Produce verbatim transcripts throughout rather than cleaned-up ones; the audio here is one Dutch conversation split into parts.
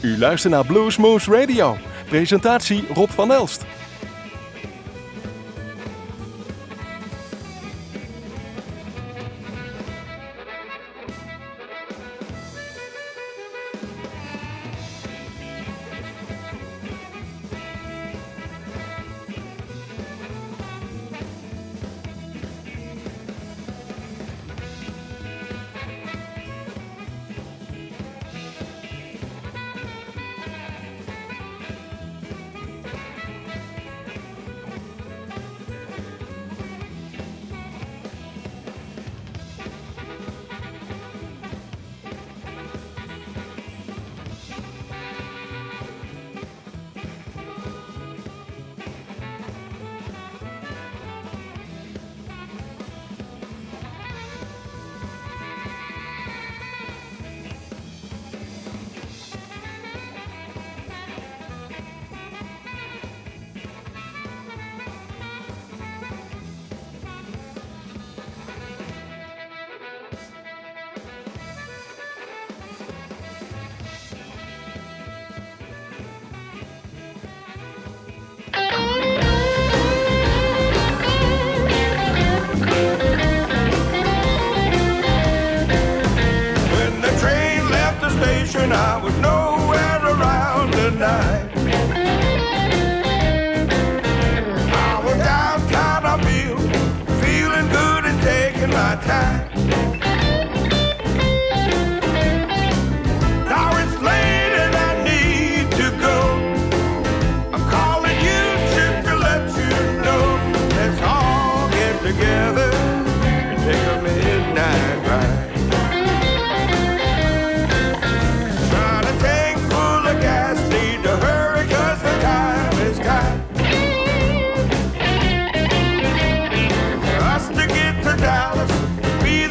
U luistert naar Bluesmoose Radio. Presentatie Rob van Elst. I was nowhere around tonight. I was downtown, I feel, feeling good and taking my time. Now it's late and I need to go. I'm calling you just to let you know. Let's all get together and take a midnight ride. Dallas, be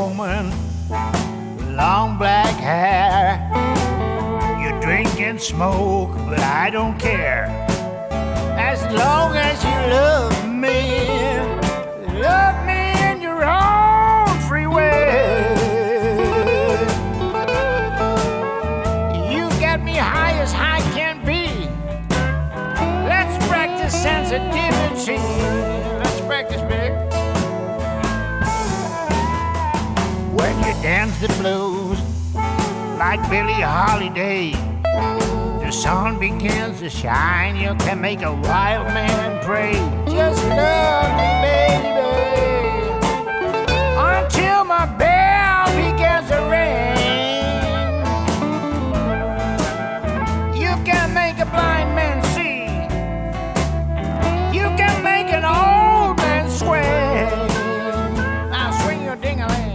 woman, long black hair. You drink and smoke, but I don't care. As long as you love me, love me in your own free way. You got me high as high can be. Let's practice sensitivity. Let's practice, baby. When you dance the blues like Billie Holiday, the sun begins to shine. You can make a wild man pray. Just love me, baby, until my bell begins to ring. You can make a blind man see. You can make an old man swing. Now swing your ding-a-ling.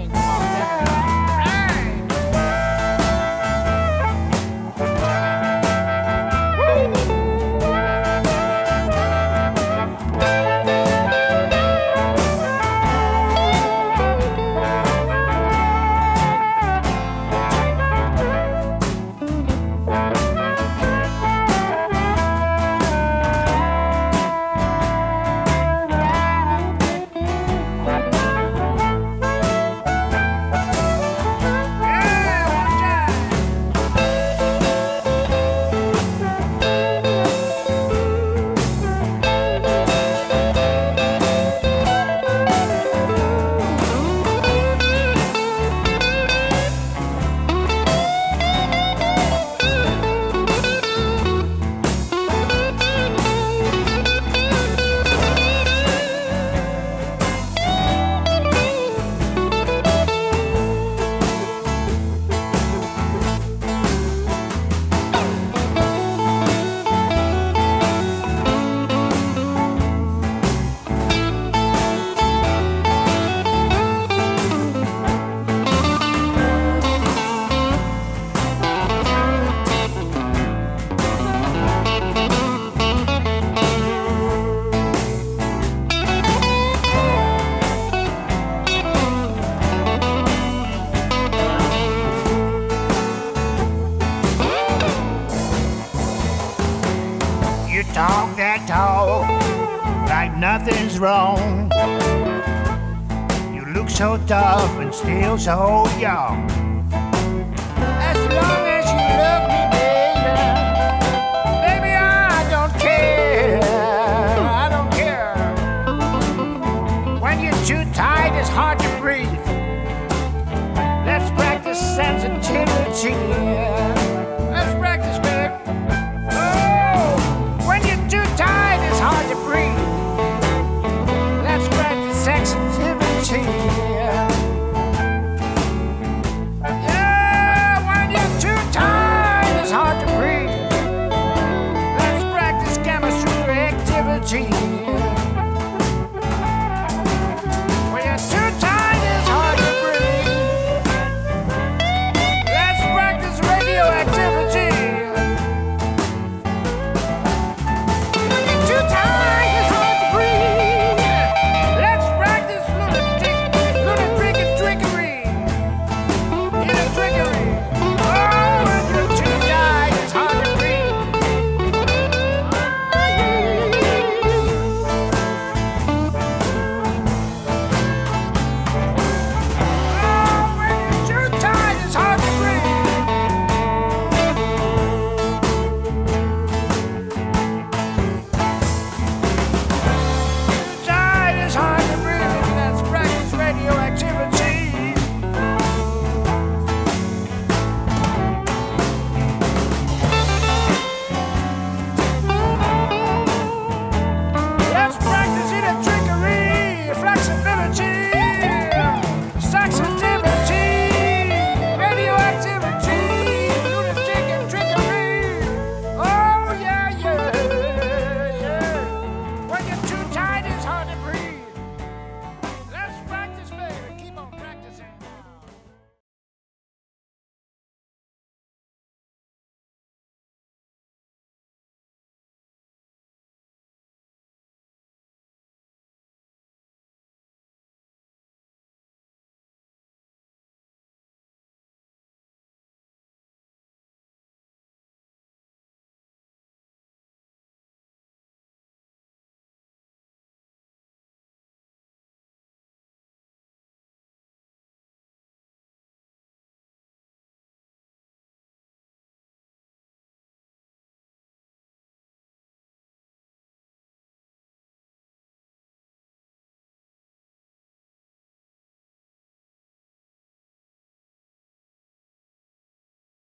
Talk that talk like nothing's wrong. You look so tough and still so young. As long as you love me, baby, baby, I don't care. I don't care. When you're too tight, it's hard to breathe. Let's practice sensitivity. Let's practice, baby. Hard to breathe. Let's practice sensitivity. Yeah, when you're too tired, it's hard to breathe. Let's practice chemistry activity. When you're too tired, it's hard to breathe. Let's practice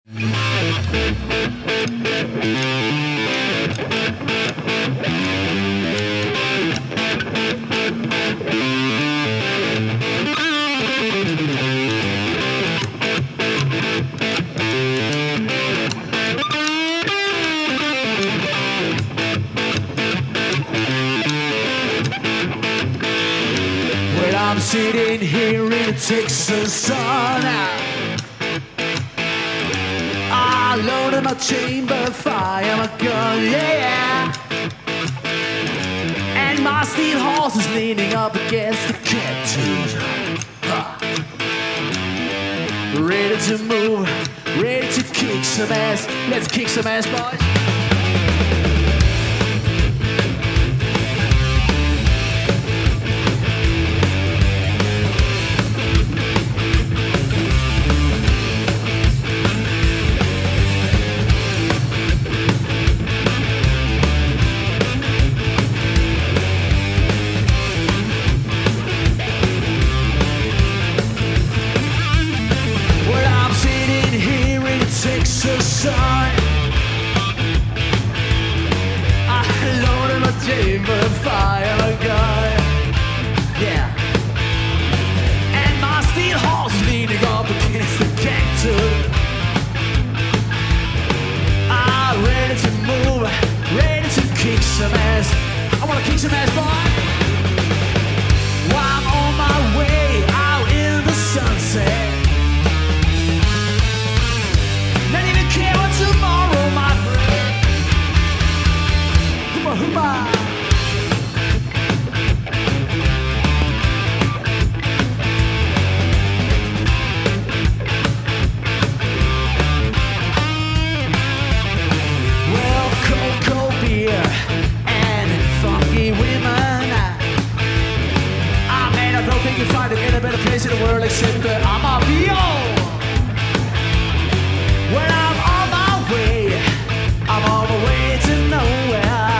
I'm sitting here in the Texas sun, alone in my chamber, fire my gun, yeah. And my steel horse is leaning up against the cactus, uh, ready to move, ready to kick some ass. Let's kick some ass, boys. Sun. I loaded my chamber, fire my gun, yeah. And my steel horse is leaning up against the cactus. I'm ready to move, ready to kick some ass. I wanna kick some ass, boy. While I'm on my way out in the sunset. Tomorrow, my friend. Hoopa, hoopa. Well, cocoa beer and funky women. I mean, I don't think you find it in a better place in the world except that I'm a B O. When I'm on my way, I'm on my way to nowhere.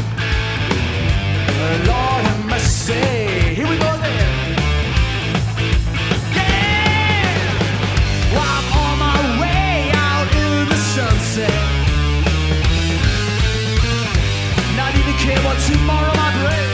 Lord have mercy, here we go then. Yeah! Well, I'm on my way out in the sunset. Not even care what tomorrow might bring.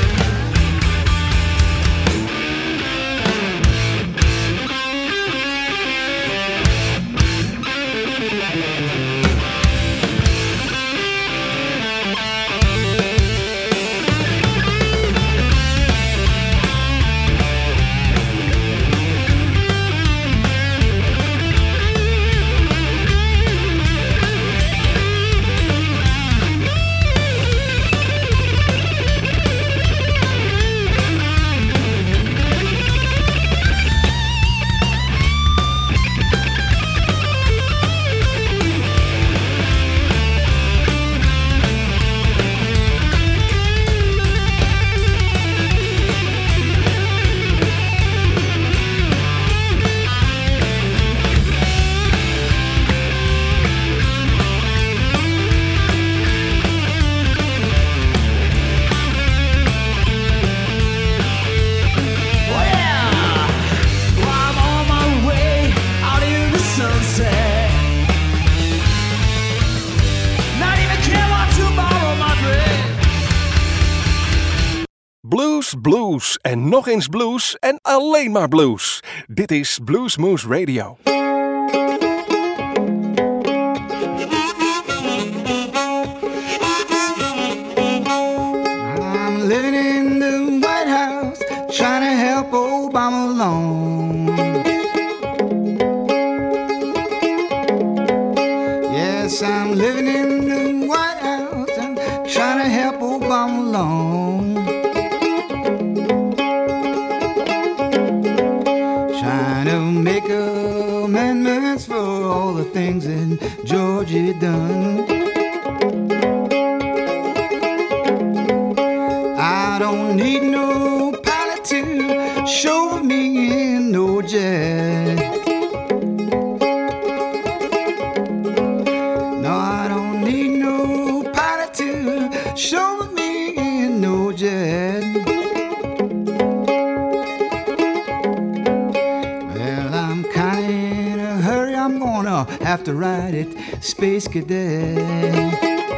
Blues, blues en nog eens blues en alleen maar blues. Dit is Blues Moose Radio. I'm living in the White House, trying to help Obama along. Yes, I'm living in the White House, I'm trying to help Obama along. Trying to make amendments for all the things that Georgia done. I don't need no pilot to show me in no jet. No, I don't need no pilot to show me in no jet. Well, I'm kinda in a hurry, I'm gonna have to ride it, Space Cadet.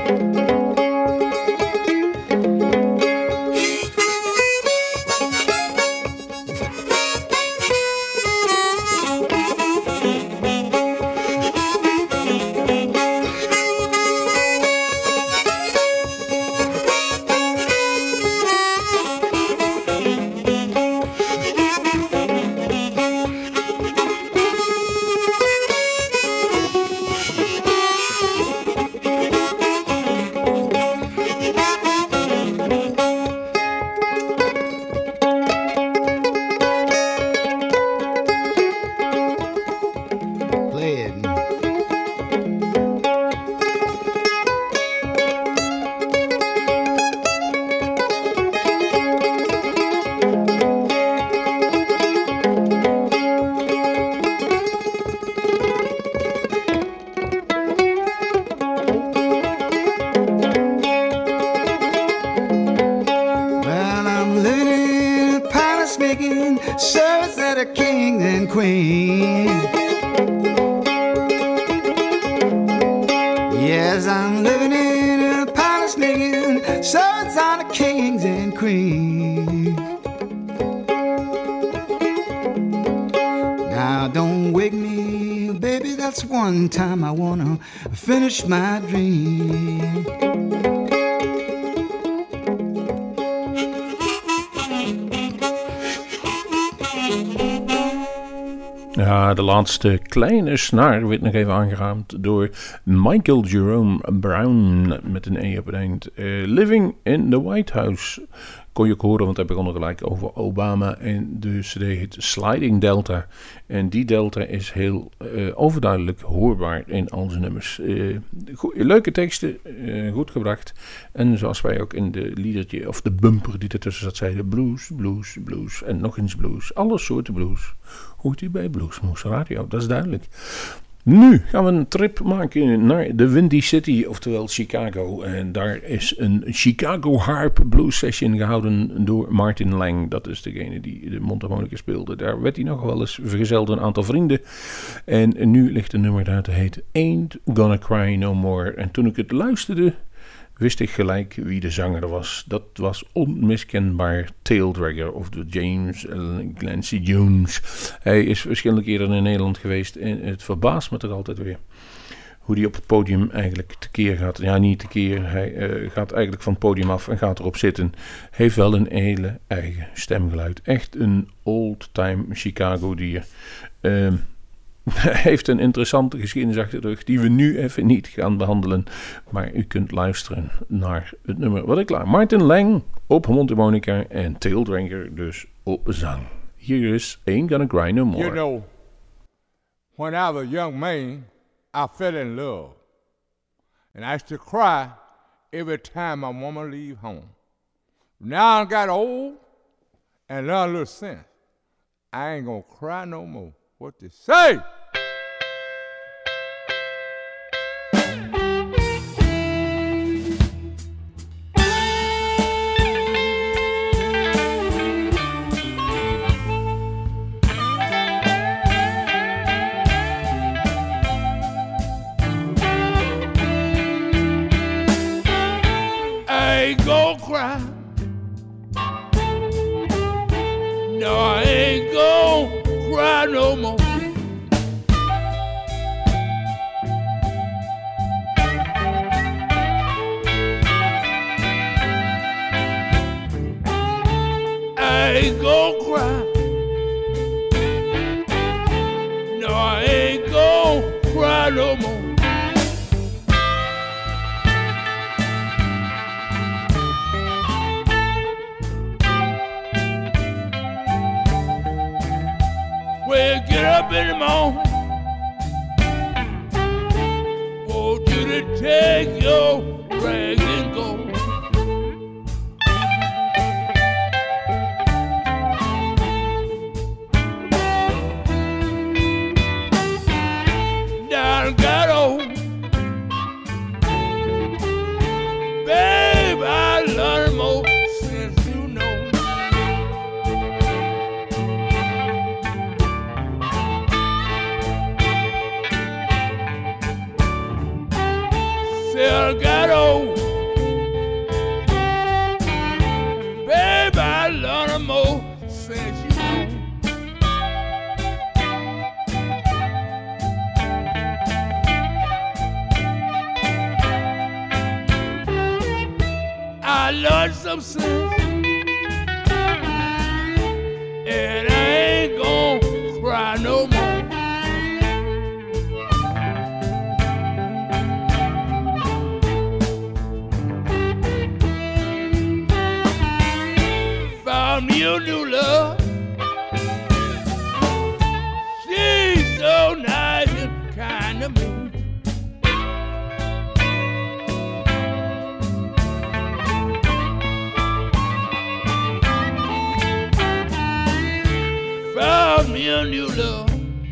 Service at a king and queen. Yes, I'm living in a palace making service on the kings and queens. Now don't wake me, baby, that's one time I wanna finish my dream. Ja, de laatste kleine snaar werd nog even aangeraamd door Michael Jerome Brown met een E op het eind. Uh, Living in the White House kon je ook horen, want hij begon gelijk over Obama en de C D heet Sliding Delta. En die delta is heel uh, overduidelijk hoorbaar in al zijn nummers. Uh, go- leuke teksten, uh, goed gebracht. En zoals wij ook in de liedertje, of de bumper die ertussen zat, zeiden, blues, blues, blues en nog eens blues. Alle soorten blues hoort u bij Bluesmoose Radio, dat is duidelijk. Nu gaan we een trip maken naar de Windy City, oftewel Chicago. En daar is een Chicago Harp Blues Session gehouden door Martin Lang. Dat is degene die de mondharmonica speelde. Daar werd hij nog wel eens vergezeld door een aantal vrienden. En nu ligt een nummer daar, dat heet Ain't Gonna Cry No More. En toen ik het luisterde, wist ik gelijk wie de zanger was. Dat was onmiskenbaar Taildragger of de James Glancy Jones. Hij is verschillende keren in Nederland geweest en het verbaast me toch altijd weer hoe hij op het podium eigenlijk tekeer gaat. Ja, niet tekeer. Hij uh, gaat eigenlijk van het podium af en gaat erop zitten. Heeft wel een hele eigen stemgeluid. Echt een old-time Chicago dier. Uh, Hij heeft een interessante geschiedenis achter de rug die we nu even niet gaan behandelen. Maar u kunt luisteren naar het nummer wat ik klaar. Martin Lang op mondharmonica en Taildragger dus op zang. Hier is Ain't Gonna Cry No More. You know, when I was a young man, I fell in love. And I used to cry every time my woman leave home. Now I got old and learned a little sense. I ain't gonna cry no more. What they say? I ain't gonna cry. No, I ain't gonna cry no more. I ain't gonna cry. No, I ain't gonna cry no more. Well, get up in the morning. Want you to take your rag and go. Now I got old. Babe, I learned more since you know. Well, I got old. Baby, I love her more since you know. I learned some sense, and I ain't gonna cry no more. Found me a new love. She's so nice and kind to me. Found me a new love.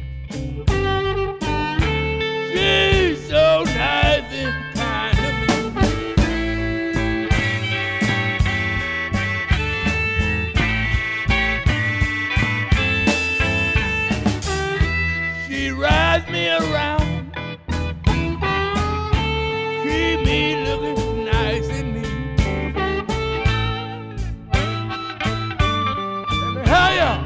She's so nice and kind to me. She rides me around, keep me looking nice and neat. Let me hear ya.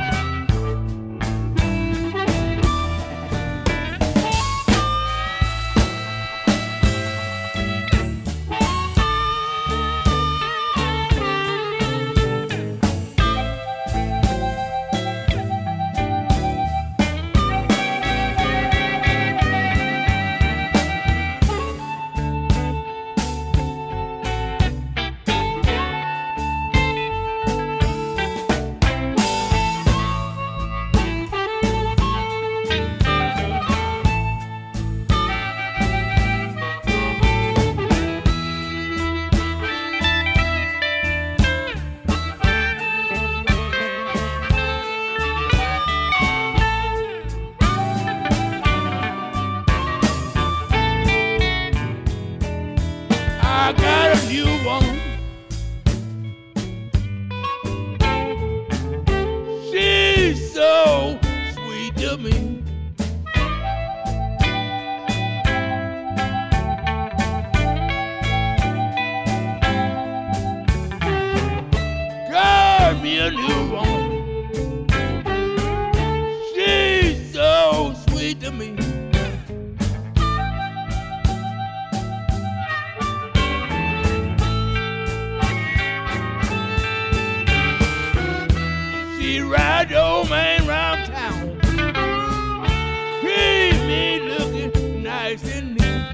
I got a new woman. She's so sweet to me. Got me a new woman. She's so sweet to me. She ride the old man round town, keep me looking nice and neat.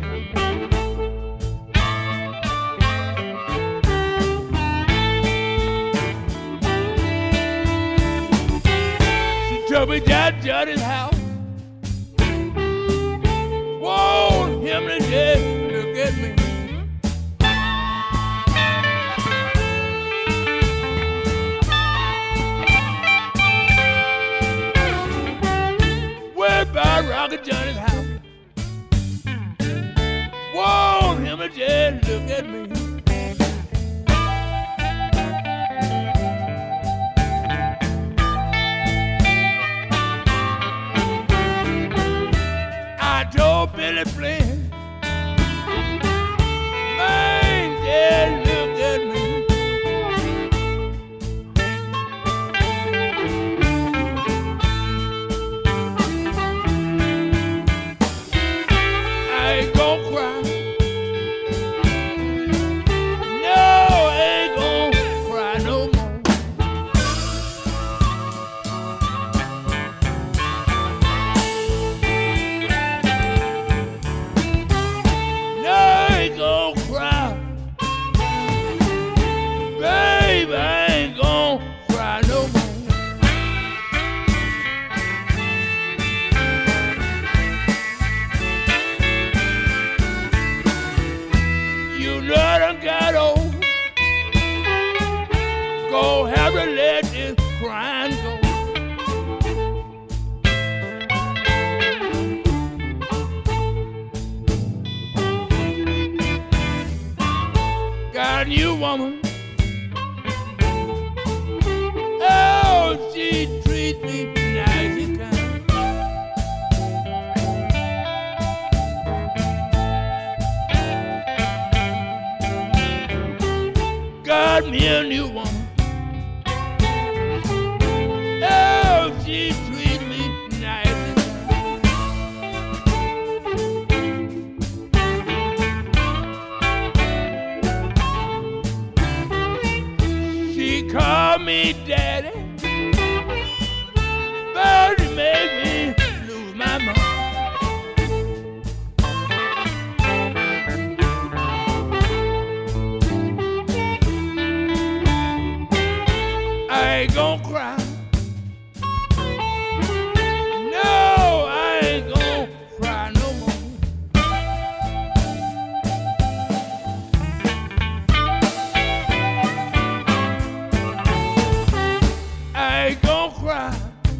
She took me down to Johnny's house, want him to just look at me. By Rocket Johnny's house, want him to just look at me. I told Billy Flynn, man, just look at me. Got a new woman. Oh, she treats me nice and kind. me a new woman. Oh, she treat me nice. She called me daddy, but it made me lose my mind. I ain't gonna cry. No, I ain't gonna cry no more. I ain't gonna cry.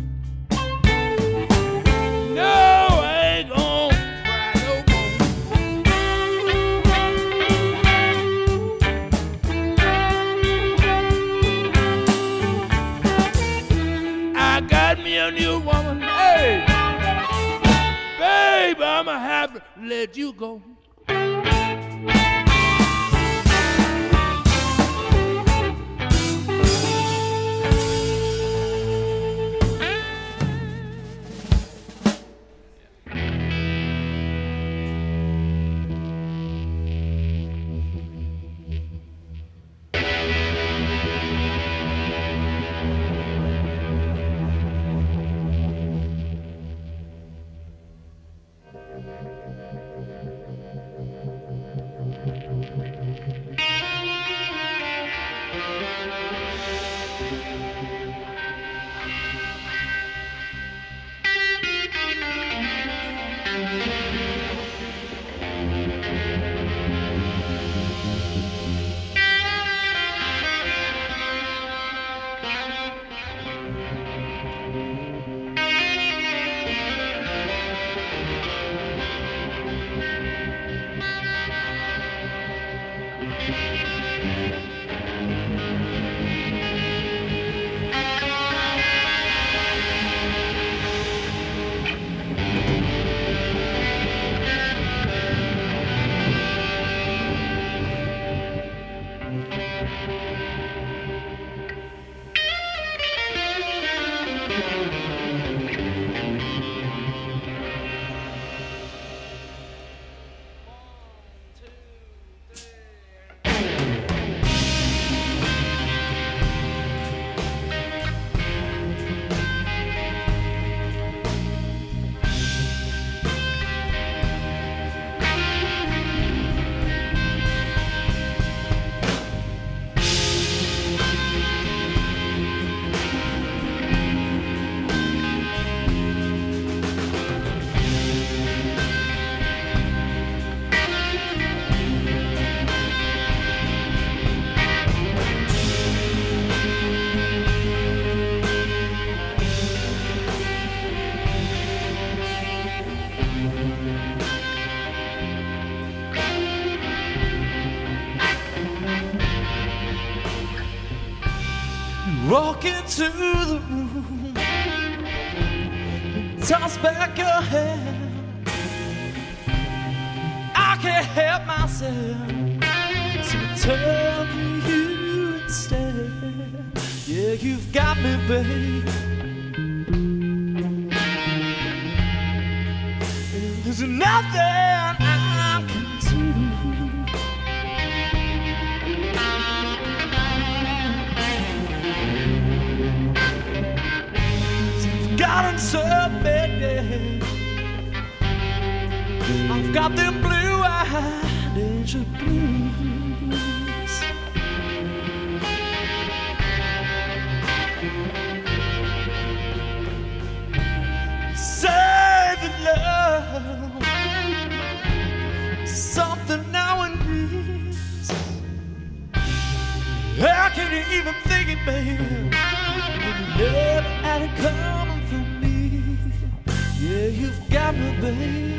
No, I ain't gonna cry no more. I got me a new woman. Hey, babe, I'ma have to let you go. Walk into the room, toss back your head. I can't help myself, so turn to you instead. Yeah, you've got me, babe. And there's nothing I can do. Got 'em so bad. I've got them blue-eyed angel blues. Say that love something now and then. I can't even think it, baby. Never had it coming from me. Yeah, you've got me, babe.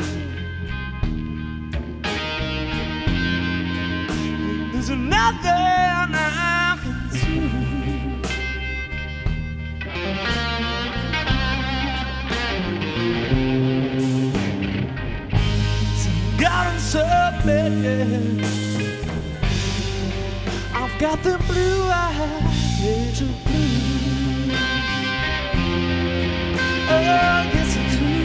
There's nothing I can do. So got 'em so bad. I've I've got the blue-eyed angel blues. Oh, yes I do.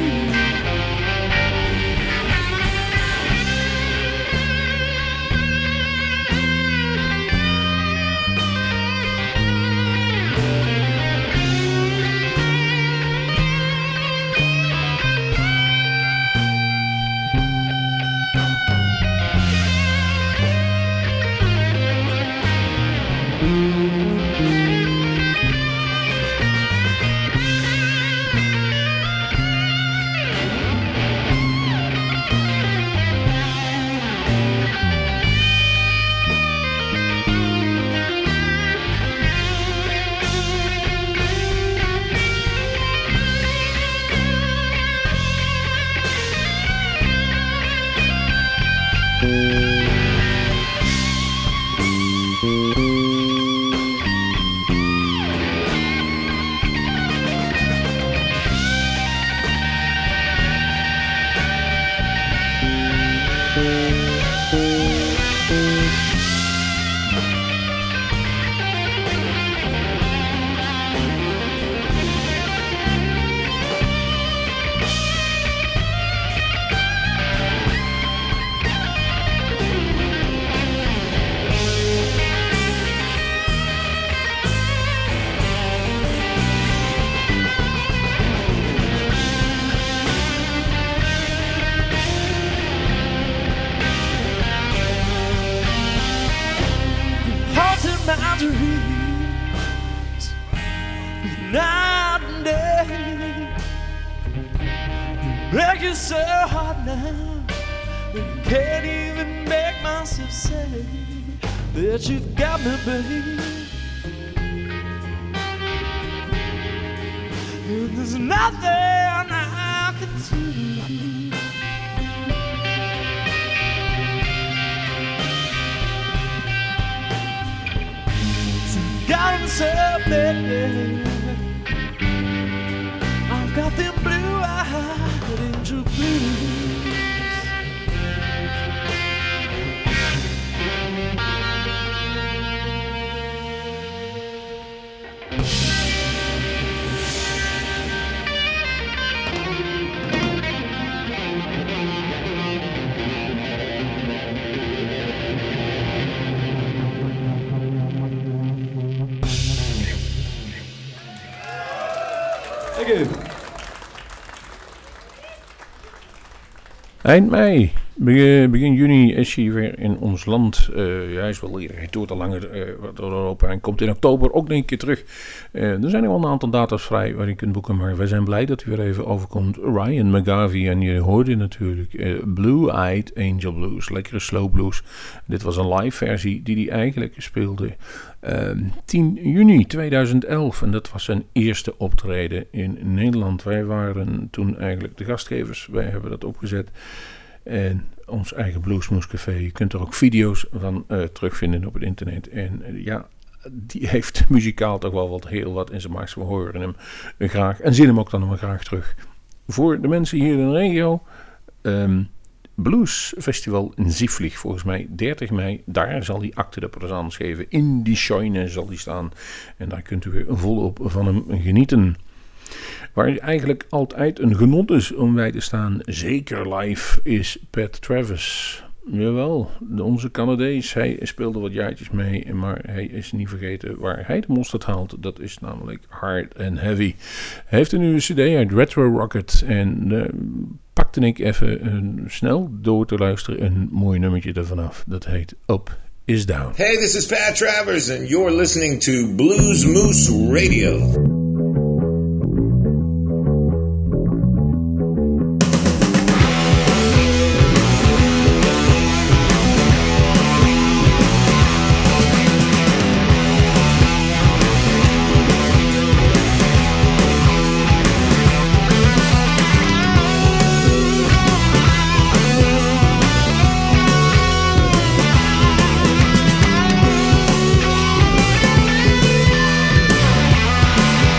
Night and day, break it so hard now, I can't even make myself say that you've got me, babe. And there's nothing I can do. So got me so bad. I've got them blue-eyed angel blues. Thank you. Eind mei, begin, begin juni is hij weer in ons land. Uh, ja, hij is wel eerder, hij toert al langer uh, door Europa en komt in oktober ook nog een keer terug. Uh, er zijn nog wel een aantal data's vrij waar je kunt boeken, maar wij zijn blij dat hij weer even overkomt. Ryan McGarvey, en je hoorde natuurlijk uh, Blue-Eyed Angel Blues, lekkere slow blues. Dit was een live versie die hij eigenlijk speelde uh, tien juni tweeduizend elf. En dat was zijn eerste optreden in Nederland. Wij waren toen eigenlijk de gastgevers, wij hebben dat opgezet. En ons eigen Bluesmoose Café. Je kunt er ook video's van uh, terugvinden op het internet. En uh, ja, die heeft muzikaal toch wel wat heel wat in zijn mars. We horen hem uh, graag en zien hem ook dan nog graag terug. Voor de mensen hier in de regio, um, Blues Festival in Zieflig, volgens mij dertig mei. Daar zal hij acte de présence geven. In die Scheune zal hij staan. En daar kunt u weer volop van hem genieten. Waar eigenlijk altijd een genot is om bij te staan, zeker live, is Pat Travis. Jawel, onze Canadees, hij speelde wat jaartjes mee, maar hij is niet vergeten waar hij de mosterd haalt. Dat is namelijk hard and heavy. Hij heeft een nieuwe cd uit Retro Rocket en uh, pakte ik even uh, snel door te luisteren een mooi nummertje ervan af. Dat heet Up is Down. Hey, this is Pat Travers and you're listening to Blues Moose Radio. Up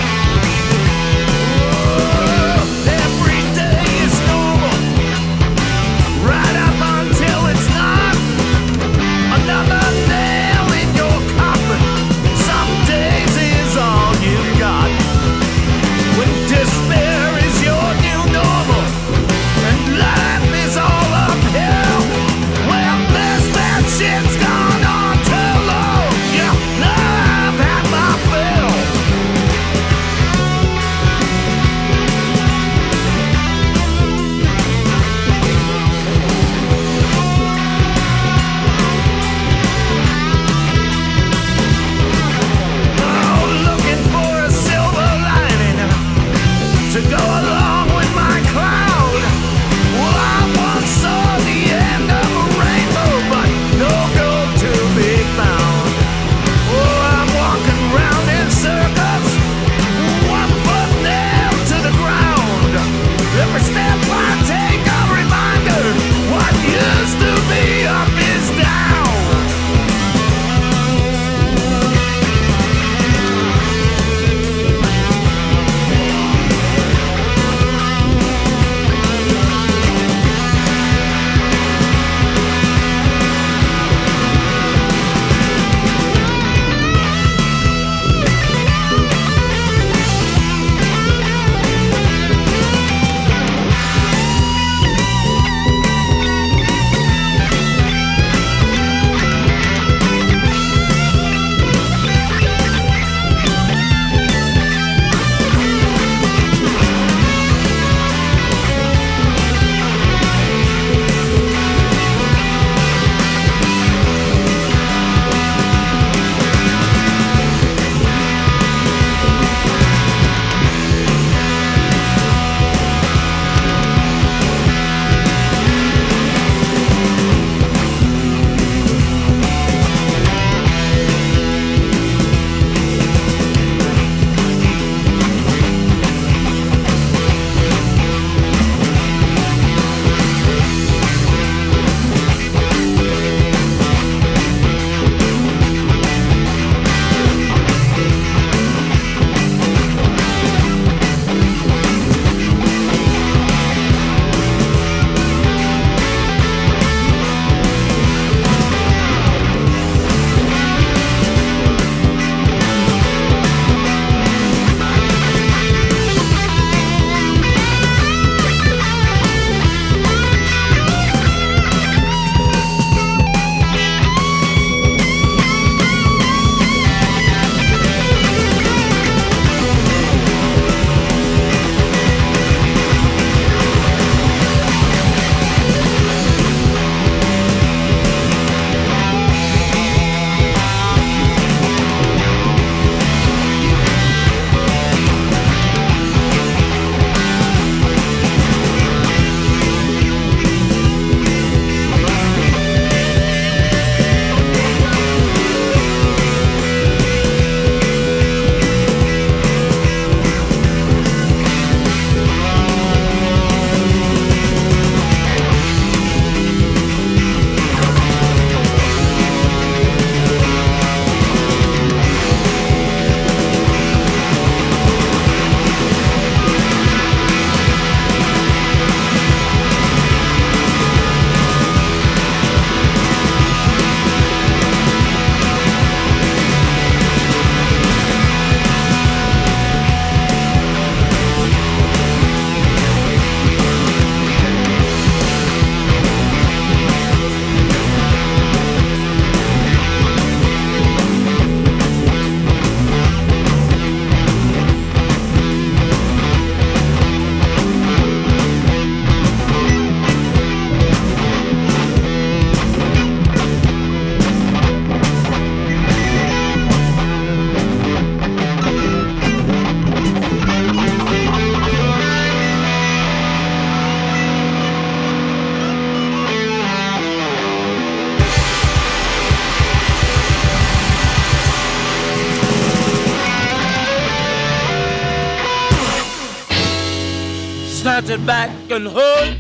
it back and hold,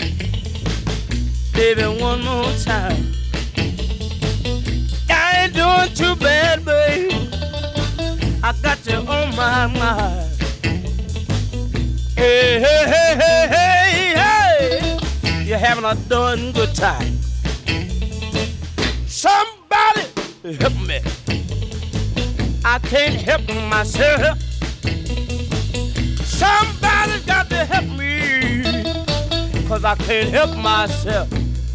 baby, one more time. I ain't doing too bad, baby. I got you on my mind. Hey, hey, hey, hey, hey, hey. You're having a darn good time. Somebody help me. I can't help myself. Somebody's got to help me, 'cause I can't help myself.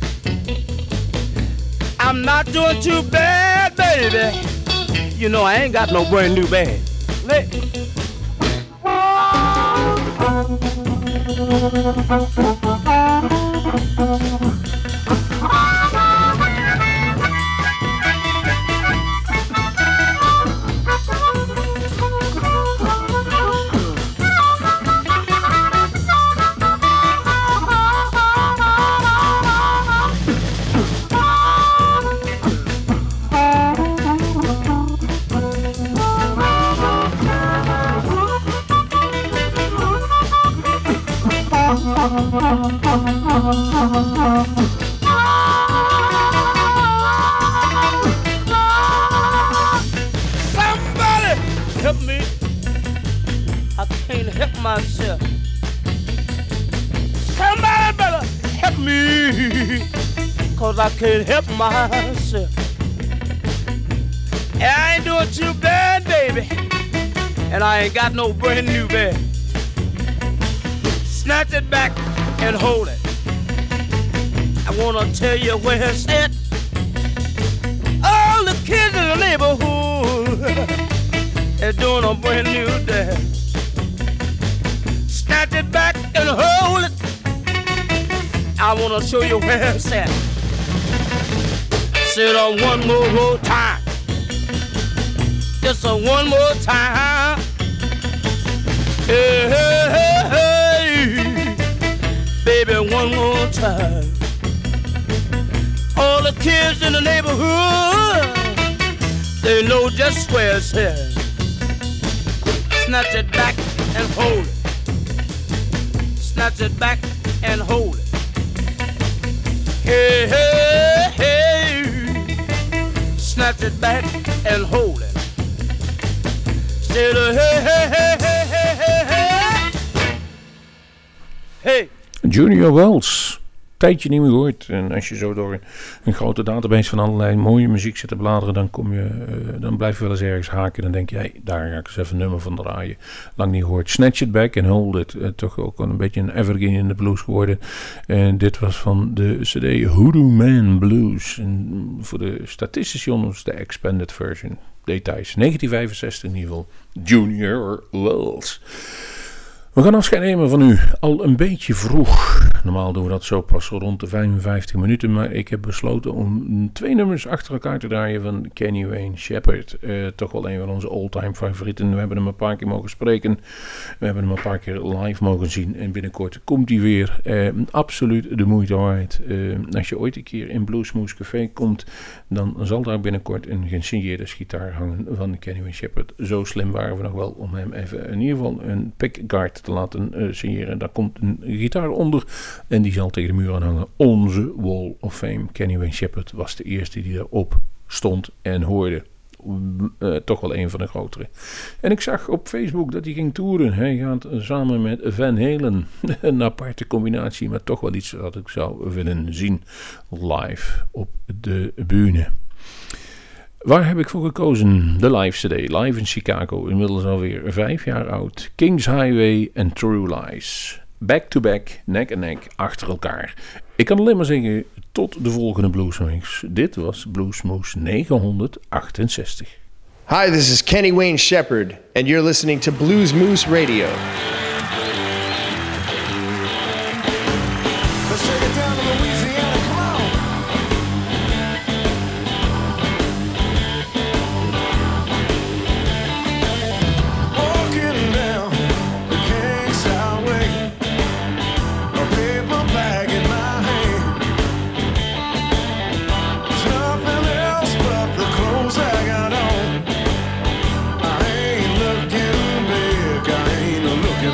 I'm not doing too bad, baby. You know I ain't got no brand new band. Let somebody help me. I can't help myself. Somebody better help me, 'cause I can't help myself. And I ain't doing too bad, baby, and I ain't got no brand new bed. Snatch it back and hold it. I wanna tell you where it's at. All the kids in the neighborhood is doing a brand new dance. Snatch it back and hold it. I wanna show you where it's at. Sit on one more, more time. Just a one more time. Hey, hey, hey, hey. Baby, one more time. All the kids in the neighborhood, they know just where it's at. Snatch it back and hold it. Snatch it back and hold it. Hey, hey, hey. Snatch it back and hold it. Say the hey, hey, hey, hey, hey, hey, hey. Hey. Junior Wells. Tijdje niet meer gehoord. En als je zo door een, een grote database van allerlei mooie muziek zit te bladeren, dan, kom je, uh, dan blijf je wel eens ergens haken. Dan denk je, hey, daar ga ik eens even een nummer van draaien. Lang niet gehoord. Snatch It Back and Hold It. Uh, toch ook een beetje een evergreen in de blues geworden. En dit was van de cd Hoodoo Man Blues. En voor de statisticians de expanded version. Details. negentien vijfenzestig in ieder geval. Junior Wells. We gaan afscheid nemen van u al een beetje vroeg. Normaal doen we dat zo pas rond de vijfenvijftig minuten. Maar ik heb besloten om twee nummers achter elkaar te draaien van Kenny Wayne Shepherd. Uh, toch wel een van onze all-time favorieten. We hebben hem een paar keer mogen spreken. We hebben hem een paar keer live mogen zien. En binnenkort komt hij weer. Uh, absoluut de moeite waard. Uh, als je ooit een keer in Bluesmoose Café komt, dan zal daar binnenkort een gesigneerde gitaar hangen van Kenny Wayne Shepherd. Zo slim waren we nog wel om hem even in ieder geval een pickguard te laten uh, signeren. Daar komt een gitaar onder en die zal tegen de muur aan hangen. Onze Wall of Fame. Kenny Wayne Shepherd was de eerste die erop stond en hoorde. Uh, toch wel een van de grotere. En ik zag op Facebook dat hij ging toeren. Hij gaat samen met Van Halen. Een aparte combinatie, maar toch wel iets wat ik zou willen zien live op de bühne. Waar heb ik voor gekozen? De live cd, live in Chicago, inmiddels alweer vijf jaar oud. Kings Highway en True Lies. Back to back, nek aan nek, achter elkaar. Ik kan alleen maar zeggen, tot de volgende Bluesmix. Dit was Bluesmoose negenhonderdachtenzestig. Hi, this is Kenny Wayne Shepherd, and you're listening to Blues Moose Radio. Let's take it down to Louisiana, come on. Walking down the King's Highway, a paper bag in my hand. There's nothing else but the clothes I got on. I ain't looking big, I ain't looking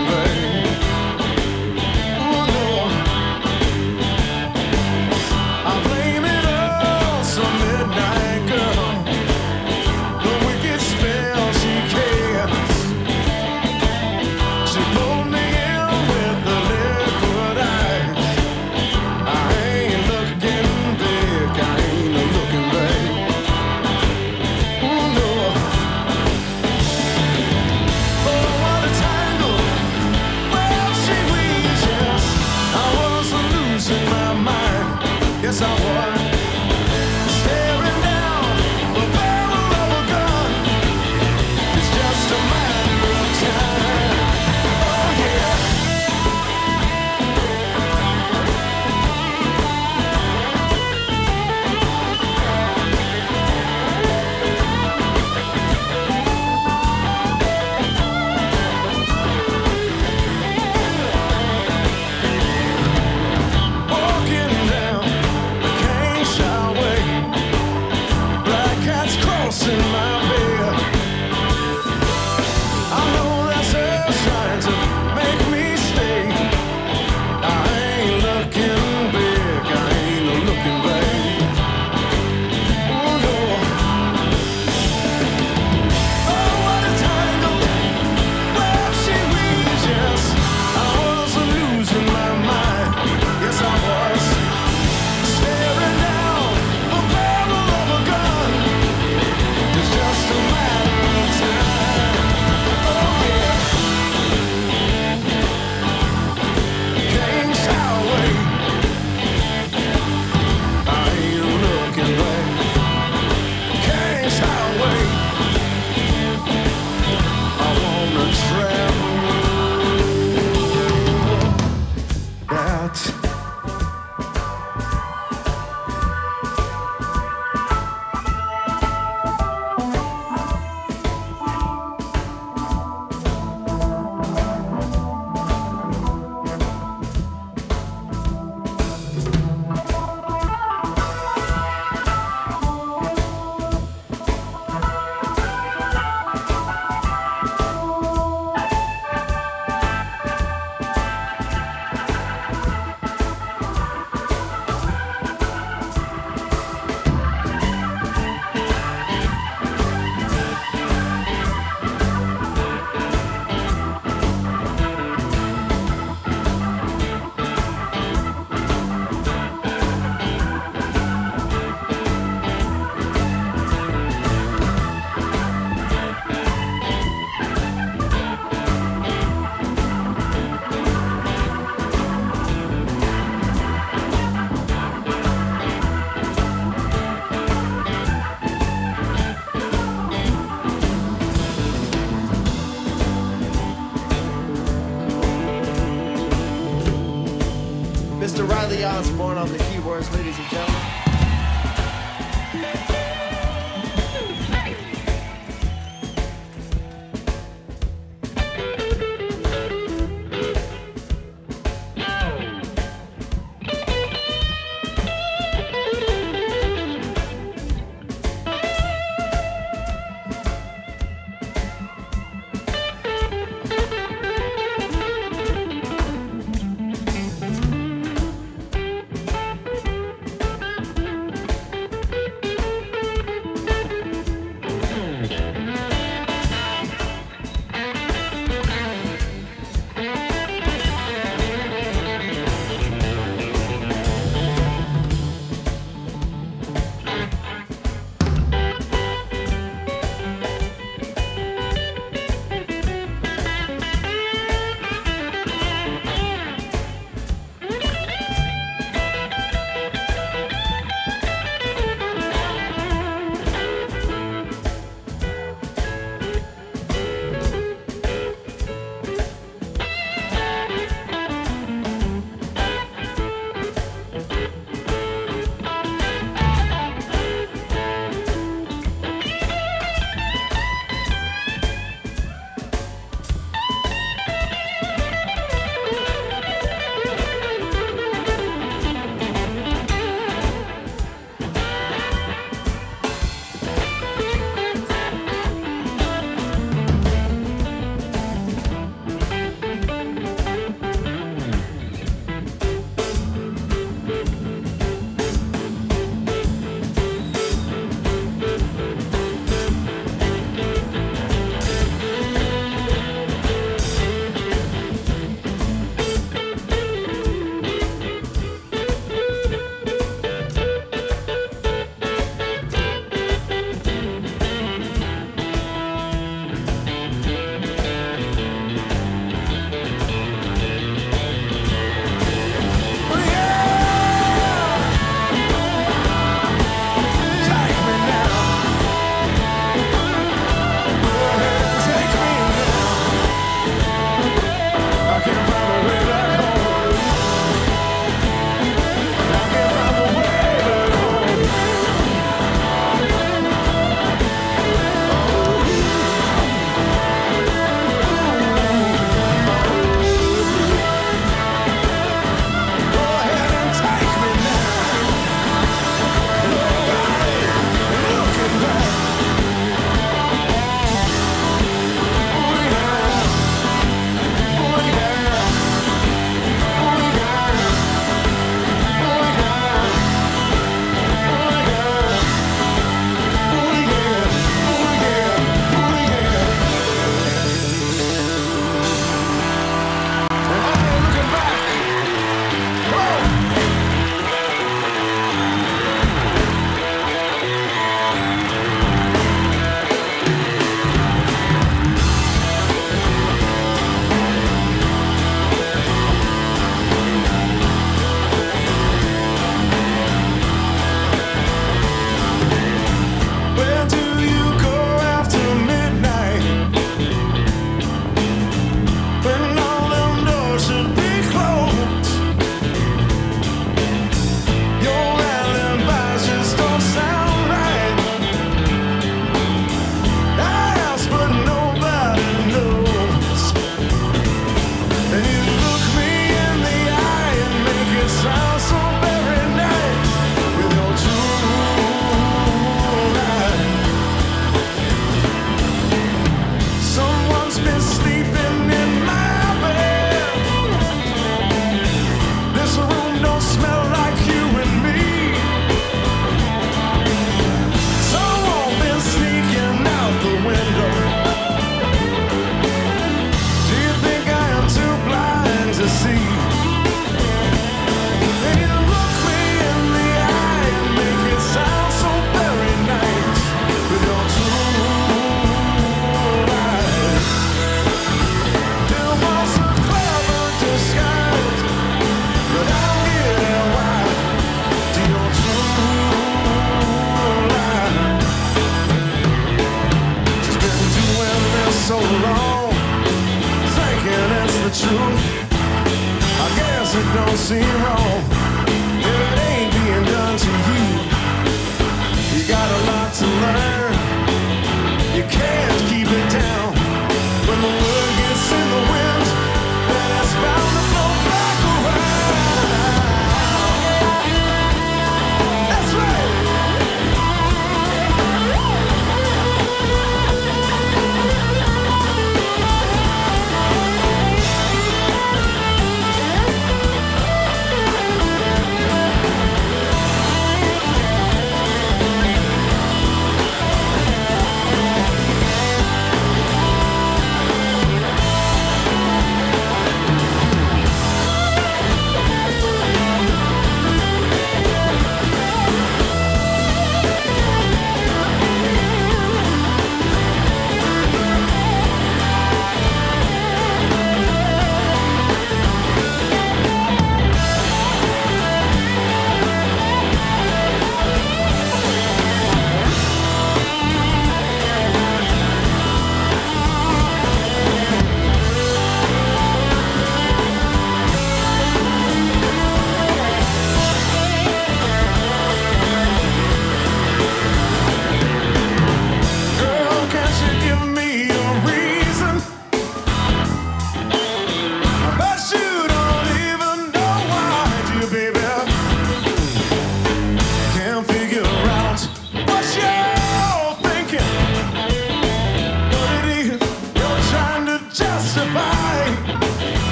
Stone on the keyboards, ladies and gentlemen.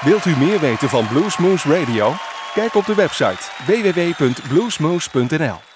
Wilt u meer weten van Bluesmoose Radio? Kijk op de website w w w punt bluesmoose punt n l.